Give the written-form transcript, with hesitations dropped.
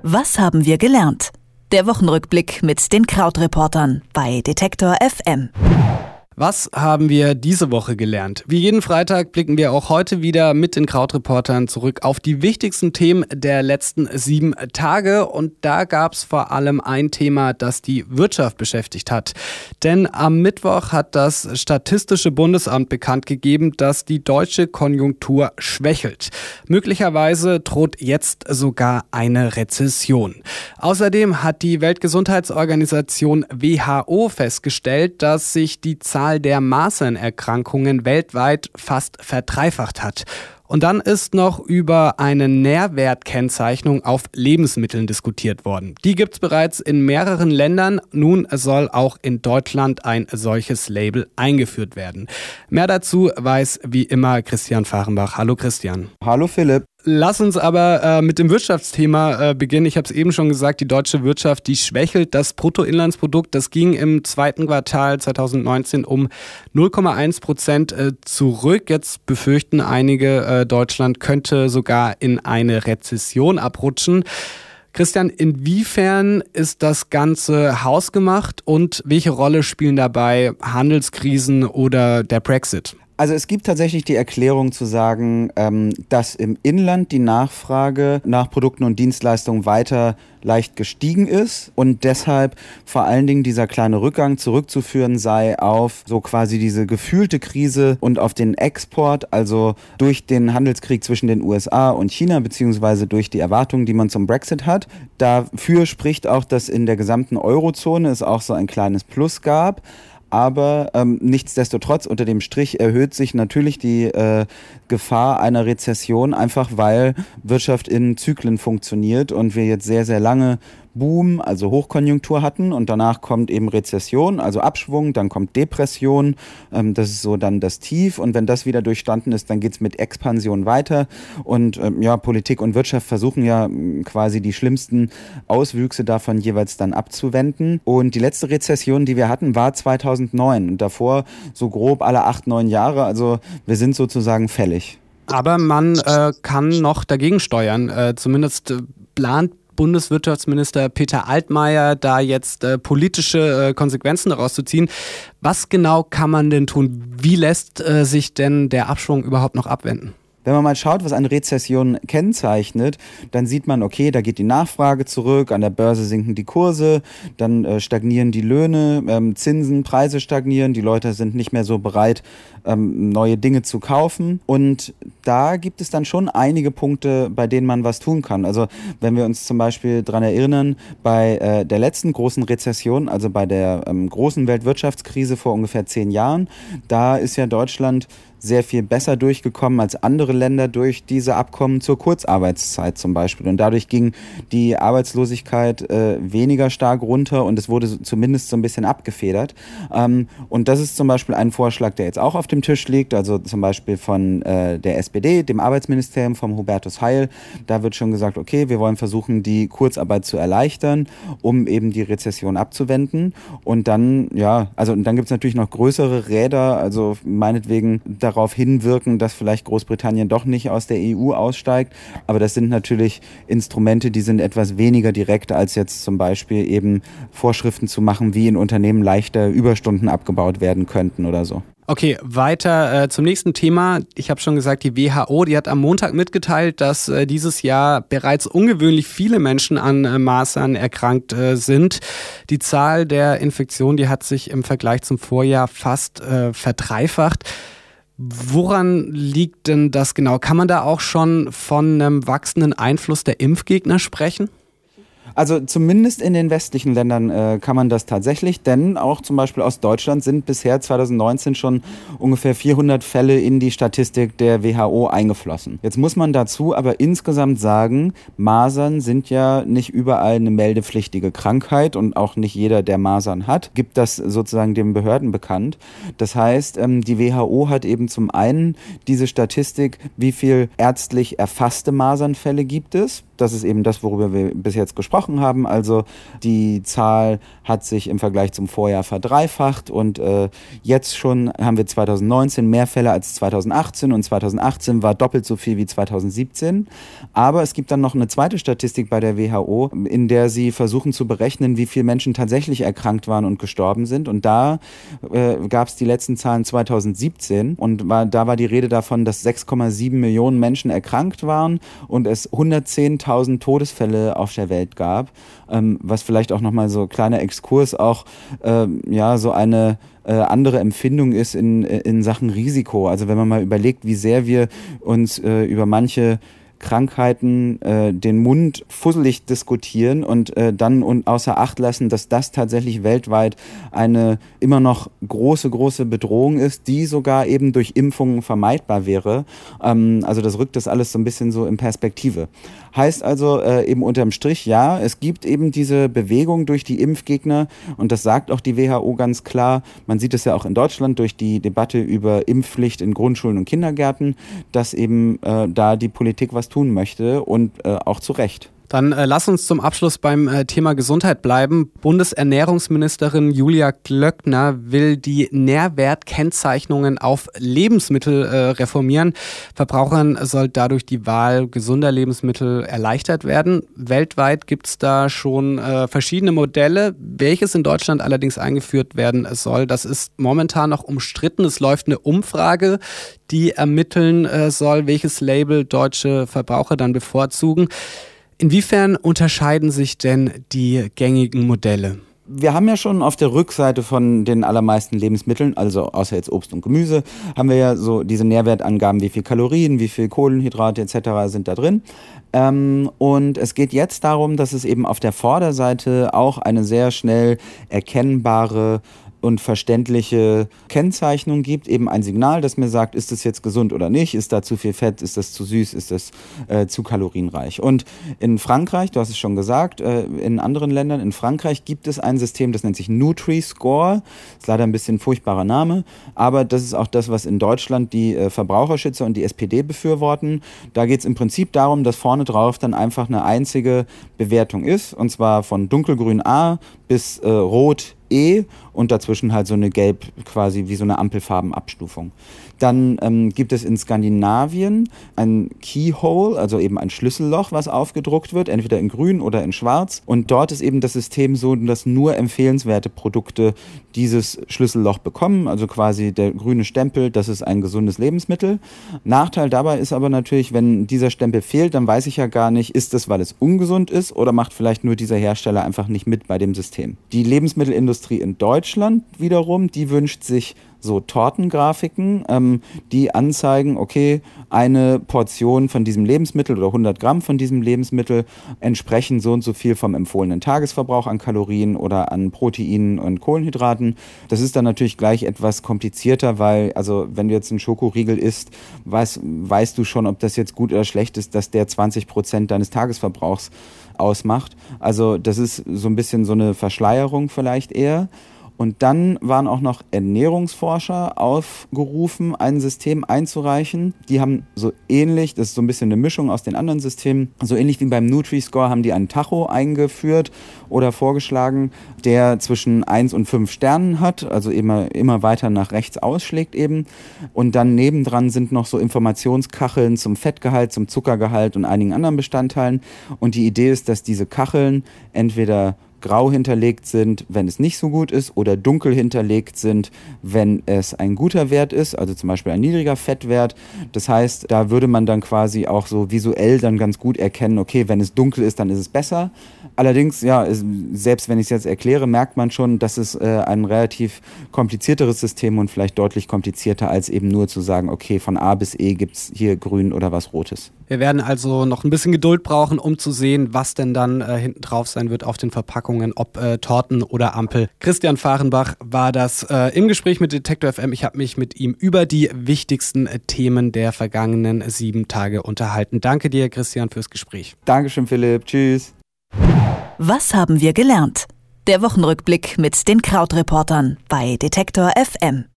Was haben wir gelernt? Der Wochenrückblick mit den Krautreportern bei Detektor FM. Was haben wir diese Woche gelernt? Wie jeden Freitag blicken wir auch heute wieder mit den Krautreportern zurück auf die wichtigsten Themen der letzten 7 Tage. Und da gab es vor allem ein Thema, das die Wirtschaft beschäftigt hat. Denn am Mittwoch hat das Statistische Bundesamt bekannt gegeben, dass die deutsche Konjunktur schwächelt. Möglicherweise droht jetzt sogar eine Rezession. Außerdem hat die Weltgesundheitsorganisation WHO festgestellt, dass sich die Zahl der Masernerkrankungen weltweit fast verdreifacht hat. Und dann ist noch über eine Nährwertkennzeichnung auf Lebensmitteln diskutiert worden. Die gibt es bereits in mehreren Ländern. Nun soll auch in Deutschland ein solches Label eingeführt werden. Mehr dazu weiß wie immer Christian Fahrenbach. Hallo Christian. Hallo Philipp. Lass uns aber mit dem Wirtschaftsthema beginnen. Ich habe es eben schon gesagt, die deutsche Wirtschaft, die schwächelt. Das Bruttoinlandsprodukt, das ging im zweiten Quartal 2019 um 0,1% zurück. Jetzt befürchten einige, Deutschland könnte sogar in eine Rezession abrutschen. Christian, inwiefern ist das Ganze hausgemacht und welche Rolle spielen dabei Handelskrisen oder der Brexit? Also es gibt tatsächlich die Erklärung zu sagen, dass im Inland die Nachfrage nach Produkten und Dienstleistungen weiter leicht gestiegen ist und deshalb vor allen Dingen dieser kleine Rückgang zurückzuführen sei auf so quasi diese gefühlte Krise und auf den Export, also durch den Handelskrieg zwischen den USA und China, beziehungsweise durch die Erwartungen, die man zum Brexit hat. Dafür spricht auch, dass in der gesamten Eurozone es auch so ein kleines Plus gab. Aber nichtsdestotrotz, unter dem Strich erhöht sich natürlich die Gefahr einer Rezession, einfach weil Wirtschaft in Zyklen funktioniert und wir jetzt sehr, sehr lange Boom, also Hochkonjunktur hatten und danach kommt eben Rezession, also Abschwung, dann kommt Depression, das ist so dann das Tief und wenn das wieder durchstanden ist, dann geht's mit Expansion weiter und Politik und Wirtschaft versuchen ja quasi die schlimmsten Auswüchse davon jeweils dann abzuwenden und die letzte Rezession, die wir hatten, war 2009 und davor so grob alle 8-9 Jahre, also wir sind sozusagen fällig. Aber man kann noch dagegen steuern, zumindest plant Bundeswirtschaftsminister Peter Altmaier da jetzt politische Konsequenzen daraus zu ziehen. Was genau kann man denn tun? Wie lässt sich denn der Abschwung überhaupt noch abwenden? Wenn man mal schaut, was eine Rezession kennzeichnet, dann sieht man, okay, da geht die Nachfrage zurück, an der Börse sinken die Kurse, dann stagnieren die Löhne, Zinsen, Preise stagnieren, die Leute sind nicht mehr so bereit, neue Dinge zu kaufen. Und da gibt es dann schon einige Punkte, bei denen man was tun kann. Also wenn wir uns zum Beispiel daran erinnern, bei der letzten großen Rezession, also bei der großen Weltwirtschaftskrise vor ungefähr 10 Jahren, da ist ja Deutschland sehr viel besser durchgekommen als andere Länder durch diese Abkommen zur Kurzarbeitszeit zum Beispiel. Und dadurch ging die Arbeitslosigkeit weniger stark runter und es wurde zumindest so ein bisschen abgefedert. Und das ist zum Beispiel ein Vorschlag, der jetzt auch auf dem Tisch liegt, also zum Beispiel von der SPD, dem Arbeitsministerium, vom Hubertus Heil. Da wird schon gesagt, okay, wir wollen versuchen, die Kurzarbeit zu erleichtern, um eben die Rezession abzuwenden. Und dann, dann gibt es natürlich noch größere Räder, also meinetwegen darauf hinwirken, dass vielleicht Großbritannien doch nicht aus der EU aussteigt. Aber das sind natürlich Instrumente, die sind etwas weniger direkt, als jetzt zum Beispiel eben Vorschriften zu machen, wie in Unternehmen leichter Überstunden abgebaut werden könnten oder so. Okay, weiter zum nächsten Thema. Ich habe schon gesagt, die WHO, die hat am Montag mitgeteilt, dass dieses Jahr bereits ungewöhnlich viele Menschen an Masern erkrankt sind. Die Zahl der Infektionen, die hat sich im Vergleich zum Vorjahr fast verdreifacht. Woran liegt denn das genau? Kann man da auch schon von einem wachsenden Einfluss der Impfgegner sprechen? Also zumindest in den westlichen Ländern kann man das tatsächlich, denn auch zum Beispiel aus Deutschland sind bisher 2019 schon ungefähr 400 Fälle in die Statistik der WHO eingeflossen. Jetzt muss man dazu aber insgesamt sagen, Masern sind ja nicht überall eine meldepflichtige Krankheit und auch nicht jeder, der Masern hat, gibt das sozusagen den Behörden bekannt. Das heißt, die WHO hat eben zum einen diese Statistik, wie viel ärztlich erfasste Masernfälle gibt es. Das ist eben das, worüber wir bis jetzt gesprochen gebrochen haben. Also die Zahl hat sich im Vergleich zum Vorjahr verdreifacht und jetzt schon haben wir 2019 mehr Fälle als 2018 und 2018 war doppelt so viel wie 2017. Aber es gibt dann noch eine zweite Statistik bei der WHO, in der sie versuchen zu berechnen, wie viele Menschen tatsächlich erkrankt waren und gestorben sind. Und da gab es die letzten Zahlen 2017 und da war die Rede davon, dass 6,7 Millionen Menschen erkrankt waren und es 110.000 Todesfälle auf der Welt gab, was vielleicht auch nochmal so ein kleiner Exkurs auch so eine andere Empfindung ist in Sachen Risiko. Also wenn man mal überlegt, wie sehr wir uns über manche Krankheiten den Mund fusselig diskutieren und dann außer Acht lassen, dass das tatsächlich weltweit eine immer noch große Bedrohung ist, die sogar eben durch Impfungen vermeidbar wäre. Also das rückt das alles so ein bisschen so in Perspektive. Heißt also eben unterm Strich, ja, es gibt eben diese Bewegung durch die Impfgegner und das sagt auch die WHO ganz klar. Man sieht es ja auch in Deutschland durch die Debatte über Impfpflicht in Grundschulen und Kindergärten, dass eben da die Politik was tun möchte und auch zu Recht. Dann lass uns zum Abschluss beim Thema Gesundheit bleiben. Bundesernährungsministerin Julia Klöckner will die Nährwertkennzeichnungen auf Lebensmittel reformieren. Verbrauchern soll dadurch die Wahl gesunder Lebensmittel erleichtert werden. Weltweit gibt es da schon verschiedene Modelle. Welches in Deutschland allerdings eingeführt werden soll, das ist momentan noch umstritten. Es läuft eine Umfrage, die ermitteln soll, welches Label deutsche Verbraucher dann bevorzugen. Inwiefern unterscheiden sich denn die gängigen Modelle? Wir haben ja schon auf der Rückseite von den allermeisten Lebensmitteln, also außer jetzt Obst und Gemüse, haben wir ja so diese Nährwertangaben, wie viel Kalorien, wie viel Kohlenhydrate etc. sind da drin. Und es geht jetzt darum, dass es eben auf der Vorderseite auch eine sehr schnell erkennbare und verständliche Kennzeichnung gibt, eben ein Signal, das mir sagt, ist das jetzt gesund oder nicht, ist da zu viel Fett, ist das zu süß, ist das zu kalorienreich. Und in Frankreich, du hast es schon gesagt, in anderen Ländern, in Frankreich gibt es ein System, das nennt sich Nutri-Score, ist leider ein bisschen ein furchtbarer Name, aber das ist auch das, was in Deutschland die Verbraucherschützer und die SPD befürworten. Da geht es im Prinzip darum, dass vorne drauf dann einfach eine einzige Bewertung ist, und zwar von dunkelgrün A bis rot E und dazwischen halt so eine gelb, quasi wie so eine Ampelfarbenabstufung. Dann gibt es in Skandinavien ein Keyhole, also eben ein Schlüsselloch, was aufgedruckt wird, entweder in grün oder in schwarz. Und dort ist eben das System so, dass nur empfehlenswerte Produkte dieses Schlüsselloch bekommen, also quasi der grüne Stempel, das ist ein gesundes Lebensmittel. Nachteil dabei ist aber natürlich, wenn dieser Stempel fehlt, dann weiß ich ja gar nicht, ist das, weil es ungesund ist oder macht vielleicht nur dieser Hersteller einfach nicht mit bei dem System. Die Lebensmittelindustrie in Deutschland wiederum, die wünscht sich so Tortengrafiken, die anzeigen, okay, eine Portion von diesem Lebensmittel oder 100 Gramm von diesem Lebensmittel entsprechen so und so viel vom empfohlenen Tagesverbrauch an Kalorien oder an Proteinen und Kohlenhydraten. Das ist dann natürlich gleich etwas komplizierter, weil, also wenn du jetzt einen Schokoriegel isst, weißt du schon, ob das jetzt gut oder schlecht ist, dass der 20% deines Tagesverbrauchs ausmacht. Also das ist so ein bisschen so eine Verschleierung vielleicht eher. Und dann waren auch noch Ernährungsforscher aufgerufen, ein System einzureichen. Die haben so ähnlich, das ist so ein bisschen eine Mischung aus den anderen Systemen, so ähnlich wie beim Nutri-Score haben die einen Tacho eingeführt oder vorgeschlagen, der zwischen 1 und 5 Sternen hat, also immer weiter nach rechts ausschlägt eben. Und dann nebendran sind noch so Informationskacheln zum Fettgehalt, zum Zuckergehalt und einigen anderen Bestandteilen. Und die Idee ist, dass diese Kacheln entweder grau hinterlegt sind, wenn es nicht so gut ist, oder dunkel hinterlegt sind, wenn es ein guter Wert ist, also zum Beispiel ein niedriger Fettwert. Das heißt, da würde man dann quasi auch so visuell dann ganz gut erkennen, okay, wenn es dunkel ist, dann ist es besser. Allerdings, ja, selbst wenn ich es jetzt erkläre, merkt man schon, dass es ein relativ komplizierteres System und vielleicht deutlich komplizierter als eben nur zu sagen, okay, von A bis E gibt es hier grün oder was Rotes. Wir werden also noch ein bisschen Geduld brauchen, um zu sehen, was denn dann hinten drauf sein wird auf den Verpackungen, ob Torten oder Ampel. Christian Fahrenbach war das im Gespräch mit Detektor FM. Ich habe mich mit ihm über die wichtigsten Themen der vergangenen 7 Tage unterhalten. Danke dir, Christian, fürs Gespräch. Dankeschön, Philipp. Tschüss. Was haben wir gelernt? Der Wochenrückblick mit den Krautreportern bei Detektor FM.